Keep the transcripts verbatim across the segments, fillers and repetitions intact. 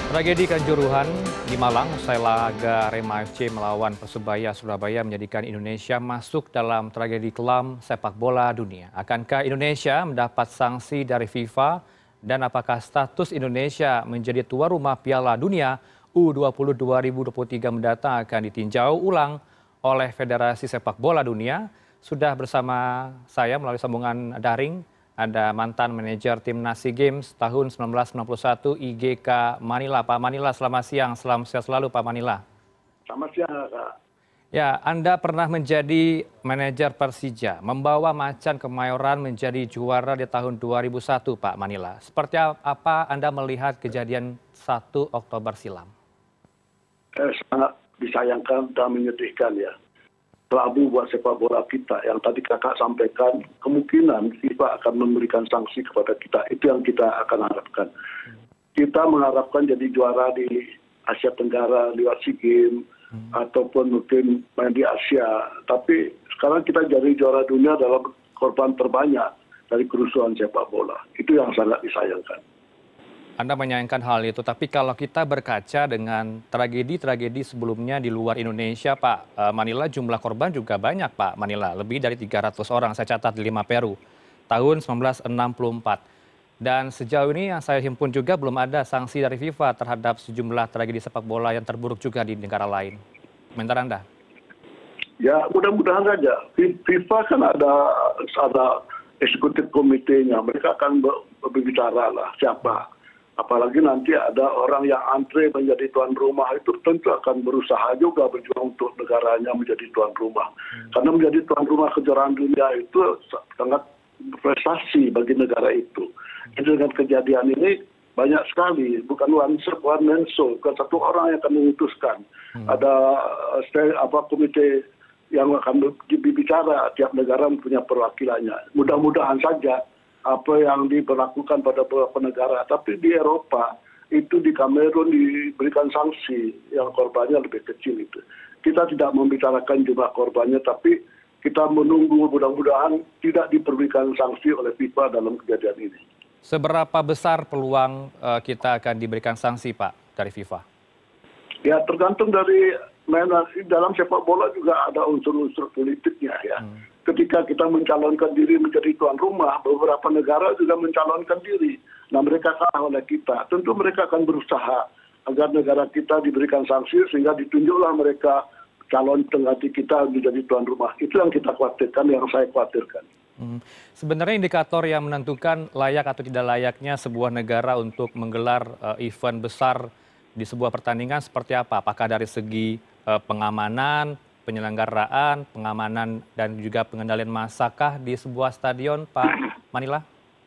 Tragedi Kanjuruhan di Malang usai laga Arema F C melawan Persebaya Surabaya menjadikan Indonesia masuk dalam tragedi kelam sepak bola dunia. Akankah Indonesia mendapat sanksi dari FIFA dan apakah status Indonesia menjadi tuan rumah Piala Dunia U dua puluh dua ribu dua puluh tiga mendatang akan ditinjau ulang oleh Federasi Sepak Bola Dunia? Sudah bersama saya melalui sambungan daring ada mantan manajer Timnas SEA Games tahun seribu sembilan ratus sembilan puluh satu I G K Manila. Pak Manila, selamat siang. Selamat siang selalu Pak Manila. Selamat siang, Kak. Ya, Anda pernah menjadi manajer Persija, membawa Macan Kemayoran menjadi juara di tahun dua ribu satu, Pak Manila. Seperti apa Anda melihat kejadian satu Oktober silam? Eh, sangat disayangkan dan menyedihkan ya. Kelabu buat sepak bola kita yang tadi kakak sampaikan, kemungkinan FIFA akan memberikan sanksi kepada kita. Itu yang kita akan harapkan. Kita mengharapkan jadi juara di Asia Tenggara lewat SEA Games hmm. ataupun mungkin main di Asia. Tapi sekarang kita jadi juara dunia dalam korban terbanyak dari kerusuhan sepak bola. Itu yang sangat disayangkan. Anda menyayangkan hal itu, tapi kalau kita berkaca dengan tragedi-tragedi sebelumnya di luar Indonesia, Pak Manila, jumlah korban juga banyak, Pak Manila. Lebih dari tiga ratus orang, saya catat di Lima Peru, tahun seribu sembilan ratus enam puluh empat. Dan sejauh ini yang saya himpun juga belum ada sanksi dari FIFA terhadap sejumlah tragedi sepak bola yang terburuk juga di negara lain. Komentar Anda? Ya, mudah-mudahan saja. FIFA kan ada ada eksekutif komitenya, mereka akan berbicara lah siapa. Apalagi nanti ada orang yang antre menjadi tuan rumah, itu tentu akan berusaha juga berjuang untuk negaranya menjadi tuan rumah. Hmm. Karena menjadi tuan rumah kejuaraan dunia itu sangat prestasi bagi negara itu. Jadi dengan kejadian ini banyak sekali, bukan one shot, one man show, bukan satu orang yang akan memutuskan. Hmm. Ada apa komite yang akan berbicara, tiap negara punya perwakilannya. Mudah-mudahan saja apa yang diberlakukan pada beberapa negara. Tapi di Eropa, itu di Kamerun diberikan sanksi yang korbannya lebih kecil itu. Kita tidak membicarakan jumlah korbannya, tapi kita menunggu mudah-mudahan tidak diberikan sanksi oleh FIFA dalam kejadian ini. Seberapa besar peluang uh, kita akan diberikan sanksi, Pak, dari FIFA? Ya, tergantung dari dalam sepak bola juga ada unsur-unsur politiknya ya. Hmm. Ketika kita mencalonkan diri menjadi tuan rumah, beberapa negara juga mencalonkan diri. Nah, mereka kalah oleh kita. Tentu mereka akan berusaha agar negara kita diberikan sanksi sehingga ditunjuklah mereka calon pengganti kita menjadi tuan rumah. Itu yang kita khawatirkan, yang saya khawatirkan. Hmm. Sebenarnya indikator yang menentukan layak atau tidak layaknya sebuah negara untuk menggelar uh, event besar di sebuah pertandingan seperti apa? Apakah dari segi uh, pengamanan, penyelenggaraan, pengamanan, dan juga pengendalian masakah di sebuah stadion, Pak Manila?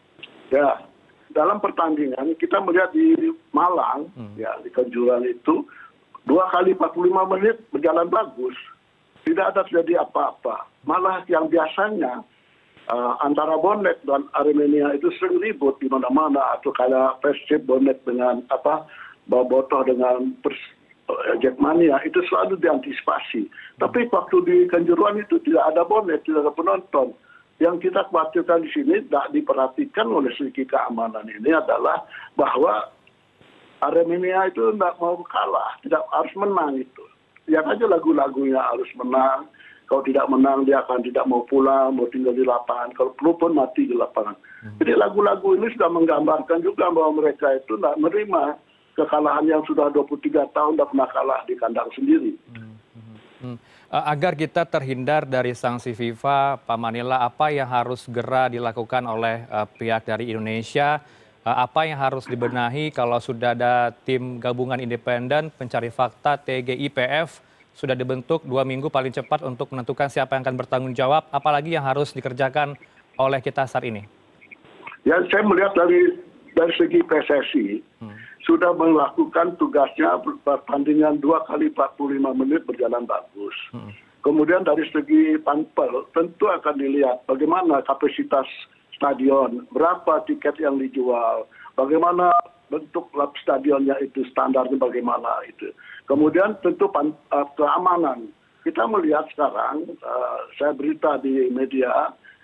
Ya, dalam pertandingan kita melihat di Malang, hmm. ya di Kanjuruhan itu, dua kali empat puluh lima menit berjalan bagus. Tidak ada terjadi apa-apa. Malah yang biasanya uh, antara Bonek dan Aremania itu sering ribut di mana-mana, atau kayak Persib Bonek dengan apa, Bobotoh dengan pers Jackmania, itu selalu diantisipasi. Tapi waktu di Kanjuruhan itu tidak ada bonek, tidak ada penonton. Yang kita khawatirkan di sini tidak diperhatikan oleh segi keamanan ini adalah bahwa Aremania itu tidak mau kalah, tidak harus menang itu. Lihat aja lagu-lagunya harus menang. Kalau tidak menang dia akan tidak mau pulang, mau tinggal di lapangan. Kalau perlu pun mati di lapangan. Hmm. Jadi lagu-lagu ini sudah menggambarkan juga bahwa mereka itu tidak menerima kekalahan yang sudah dua puluh tiga tahun tidak pernah kalah di kandang sendiri. Hmm, hmm, hmm. Agar kita terhindar dari sanksi FIFA, Pak Manila, apa yang harus segera dilakukan oleh uh, pihak dari Indonesia? Uh, apa yang harus dibenahi kalau sudah ada tim gabungan independen pencari fakta T G I P F sudah dibentuk dua minggu paling cepat untuk menentukan siapa yang akan bertanggung jawab? Apalagi yang harus dikerjakan oleh kita saat ini? Ya, saya melihat dari dari segi P S S I, hmm. sudah melakukan tugasnya pertandingan dua kali empat puluh lima menit berjalan bagus. Hmm. Kemudian dari segi Pampel tentu akan dilihat bagaimana kapasitas stadion, berapa tiket yang dijual, bagaimana bentuk lab stadionnya itu, standarnya bagaimana itu. Kemudian tentu pan, uh, keamanan. Kita melihat sekarang, uh, saya berita di media,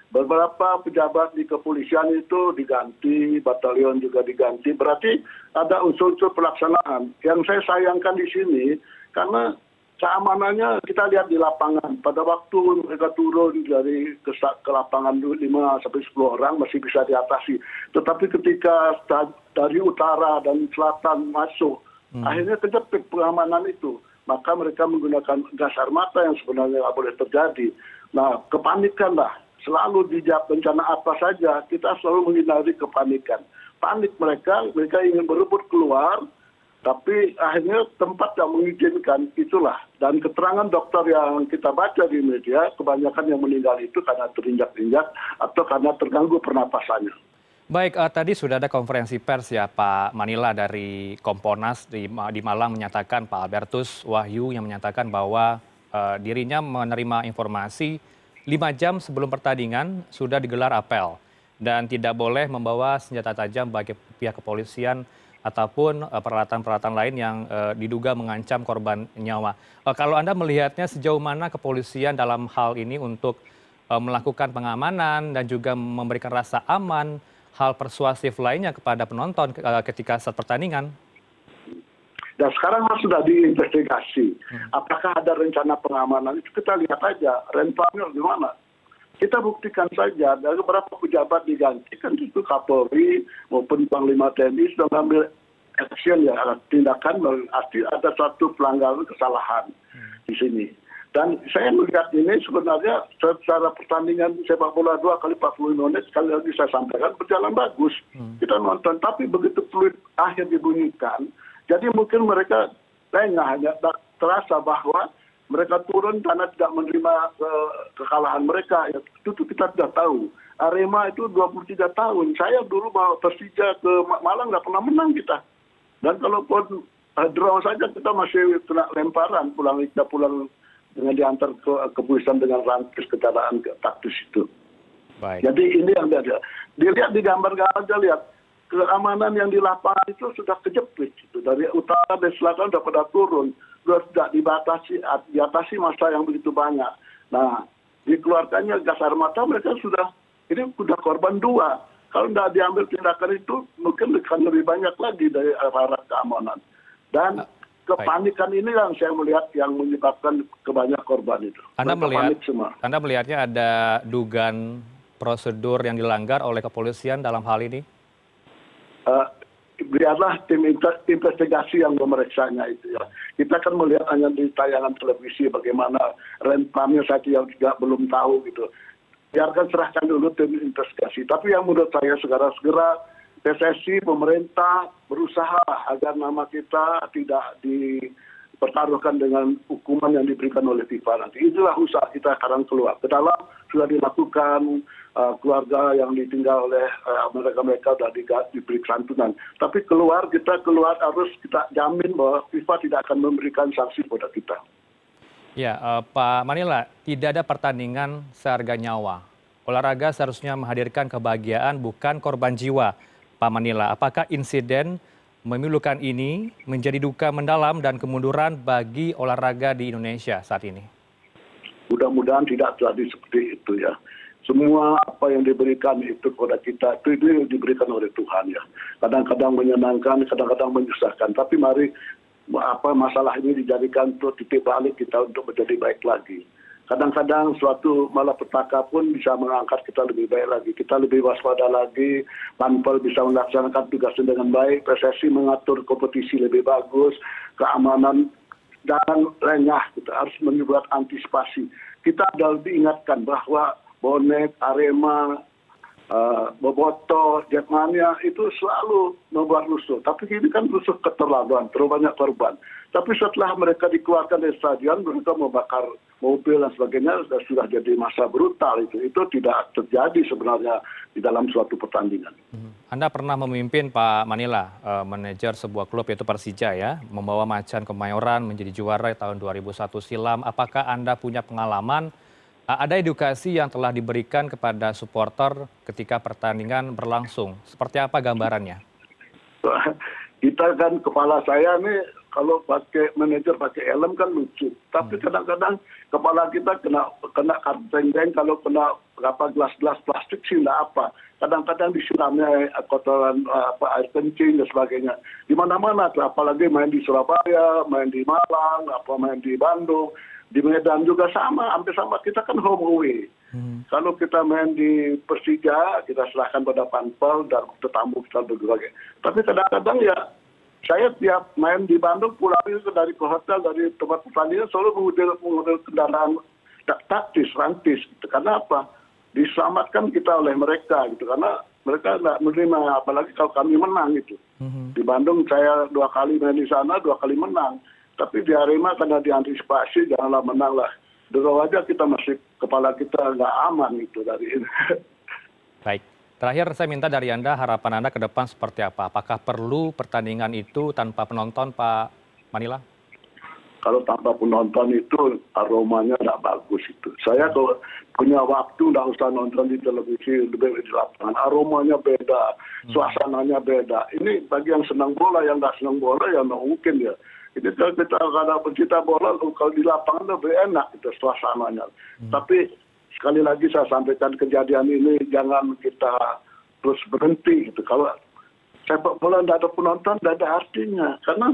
Beberapa pejabat di kepolisian itu diganti, batalion juga diganti. Berarti ada unsur-unsur pelaksanaan. Yang saya sayangkan di sini, karena keamanannya kita lihat di lapangan. Pada waktu mereka turun dari ke, ke lapangan lima sampai sepuluh orang masih bisa diatasi. Tetapi ketika dari utara dan selatan masuk, hmm. akhirnya kejepit pengamanan itu. Maka mereka menggunakan gas air mata yang sebenarnya tidak boleh terjadi. Nah, kepanikan lah. Selalu di bencana apa saja, kita selalu menghindari kepanikan. Panik mereka, mereka ingin berebut keluar, tapi akhirnya tempat yang mengizinkan itulah. Dan keterangan dokter yang kita baca di media, kebanyakan yang meninggal itu karena terinjak-injak atau karena terganggu pernapasannya. Baik, uh, tadi sudah ada konferensi pers ya Pak Manila dari Kompolnas di, di Malang menyatakan Pak Albertus Wahyu yang menyatakan bahwa uh, dirinya menerima informasi lima jam sebelum pertandingan sudah digelar apel dan tidak boleh membawa senjata tajam bagi pihak kepolisian ataupun peralatan-peralatan lain yang uh, diduga mengancam korban nyawa. Uh, kalau Anda melihatnya sejauh mana kepolisian dalam hal ini untuk uh, melakukan pengamanan dan juga memberikan rasa aman, hal persuasif lainnya kepada penonton uh, ketika saat pertandingan? Dan sekarang mas sudah diinvestigasi. Hmm. Apakah ada rencana pengamanan? Itu kita lihat aja. Rentannya gimana? Kita buktikan saja. Dari beberapa pejabat diganti. Kan itu Kapolri maupun Panglima T N I sudah mengambil action ya. Tindakan berarti ada suatu pelanggaran kesalahan hmm. di sini. Dan saya melihat ini sebenarnya secara pertandingan sepak bola dua kali empat puluh menit, sekali lagi saya sampaikan berjalan bagus. Hmm. Kita nonton. Tapi begitu peluit akhir dibunyikan, jadi mungkin mereka lengah, hanya terasa bahwa mereka turun karena tidak menerima uh, kekalahan mereka. Ya, itu kita tidak tahu. Arema itu dua puluh tiga tahun. Saya dulu bawa Persija ke Malang nggak pernah menang kita. Dan kalau pun uh, draw saja kita masih kena lemparan. Pulang kita pulang dengan diantar ke kepolisian dengan rantis kendaraan taktis itu. Baik. Jadi ini yang ada. Dilihat di gambar-gambar aja lihat. Keamanan yang di lapangan itu sudah kejepit. Gitu. Dari utara dan selatan sudah pada turun. Sudah tidak dibatasi, diatasi masa yang begitu banyak. Nah, dikeluarkannya gas air mata mereka sudah, ini sudah korban dua. Kalau tidak diambil tindakan itu, mungkin akan lebih banyak lagi dari aparat keamanan. Dan kepanikan ini yang saya melihat yang menyebabkan kebanyak korban itu. Anda melihat, Anda melihatnya ada dugaan prosedur yang dilanggar oleh kepolisian dalam hal ini? Uh, biarlah tim investigasi yang memeriksanya itu ya. Kita kan melihat hanya di tayangan televisi bagaimana rentannya saya juga belum tahu gitu. Biarkan serahkan dulu tim investigasi. Tapi yang menurut saya segera-segera P S S I, pemerintah berusaha agar nama kita tidak dipertaruhkan dengan hukuman yang diberikan oleh FIFA nanti. Itulah usaha kita sekarang keluar. Ke dalam sudah dilakukan. Uh, keluarga yang ditinggal oleh uh, mereka-mereka sudah di, diberi santunan. Tapi keluar, kita keluar harus kita jamin bahwa FIFA tidak akan memberikan sanksi kepada kita. Ya, uh, Pak Manila, tidak ada pertandingan seharga nyawa. Olahraga seharusnya menghadirkan kebahagiaan, bukan korban jiwa. Pak Manila, apakah insiden memilukan ini menjadi duka mendalam dan kemunduran bagi olahraga di Indonesia saat ini? Mudah-mudahan tidak terjadi seperti itu ya. Semua apa yang diberikan itu kepada kita, itu, itu diberikan oleh Tuhan ya. Kadang-kadang menyenangkan, kadang-kadang menyusahkan. Tapi mari apa masalah ini dijadikan untuk titik balik kita untuk menjadi baik lagi. Kadang-kadang suatu malapetaka pun bisa mengangkat kita lebih baik lagi. Kita lebih waspada lagi, Panpel bisa melaksanakan tugasnya dengan baik, P S S I mengatur kompetisi lebih bagus, keamanan jangan lengah, kita harus membuat antisipasi. Kita harus diingatkan bahwa Bonek, Arema, uh, Boboto, Jackmania itu selalu membuat rusuh. Tapi ini kan rusuh keterlaluan, terlalu banyak korban. Tapi setelah mereka dikeluarkan dari stadion, mereka membakar mobil dan sebagainya, sudah, sudah jadi masa brutal itu. Itu tidak terjadi sebenarnya di dalam suatu pertandingan. Anda pernah memimpin Pak Manila, uh, manajer sebuah klub yaitu Persija ya, membawa Macan Kemayoran menjadi juara tahun dua ribu satu silam. Apakah Anda punya pengalaman? Ada edukasi yang telah diberikan kepada supporter ketika pertandingan berlangsung. Seperti apa gambarannya? Kita kan, kepala saya ini kalau pakai manajer pakai helm kan lucu. Tapi kadang-kadang kepala kita kena kena karteng-deng, kalau kena apa gelas-gelas plastik sih nggak apa. Kadang-kadang disiramnya kotoran apa air kencing dan sebagainya. Di mana-mana, apalagi main di Surabaya, main di Malang, apa main di Bandung, di Medan juga sama, hampir sama. Kita kan home away. Hmm. Kalau kita main di Persija, kita serahkan pada panpel dan tetamu kita berbagai. Tapi kadang-kadang ya, saya tiap main di Bandung pulang itu dari ke hotel, dari tempat pertandingan selalu menggunakan kendaraan taktis, rantis. Gitu. Karena apa? Diselamatkan kita oleh mereka, gitu. Karena mereka nggak menerima, apalagi kalau kami menang gitu. Hmm. Di Bandung saya dua kali main di sana, dua kali menang. Tapi di Arema karena diantisipasi, janganlah menang lah. Dulu aja kita masih, kepala kita nggak aman itu dari ini. Baik. Terakhir saya minta dari Anda, harapan Anda ke depan seperti apa? Apakah perlu pertandingan itu tanpa penonton, Pak Manila? Kalau tanpa penonton itu aromanya nggak bagus itu. Saya kalau punya waktu nggak usah nonton di televisi, lebih di lapangan. Aromanya beda, suasananya beda. Ini bagi yang senang bola, yang nggak senang bola ya nggak mungkin ya. Ini kalau kita karena pencinta bola, kalau di lapangan lebih enak itu suasananya. Hmm. Tapi sekali lagi saya sampaikan, kejadian ini jangan kita terus berhenti gitu. Kalau sepak bola tidak ada penonton, tidak ada artinya. Karena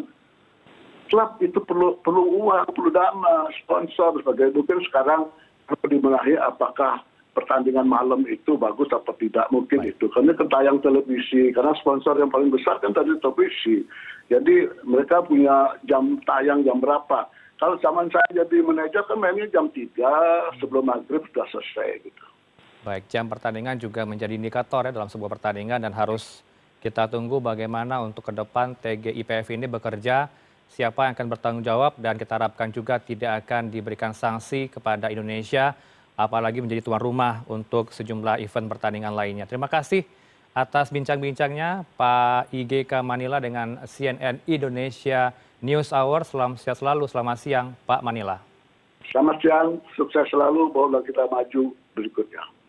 klub itu perlu perlu uang, perlu dana, sponsor sebagai mungkin sekarang perlu dibenahi apakah pertandingan malam itu bagus atau tidak, mungkin Baik. itu. Karena ketayang televisi, karena sponsor yang paling besar kan tadi televisi. Jadi mereka punya jam tayang jam berapa. Kalau zaman saya jadi manajer kan mainnya jam tiga, sebelum maghrib sudah selesai gitu. Baik, jam pertandingan juga menjadi indikator ya dalam sebuah pertandingan dan harus kita tunggu bagaimana untuk ke depan T G I P F ini bekerja, siapa yang akan bertanggung jawab dan kita harapkan juga tidak akan diberikan sanksi kepada Indonesia, apalagi menjadi tuan rumah untuk sejumlah event pertandingan lainnya. Terima kasih atas bincang-bincangnya Pak I G K Manila dengan C N N Indonesia News Hour. Selamat siang selalu, selamat siang Pak Manila. Selamat siang, sukses selalu, bahwa kita maju berikutnya.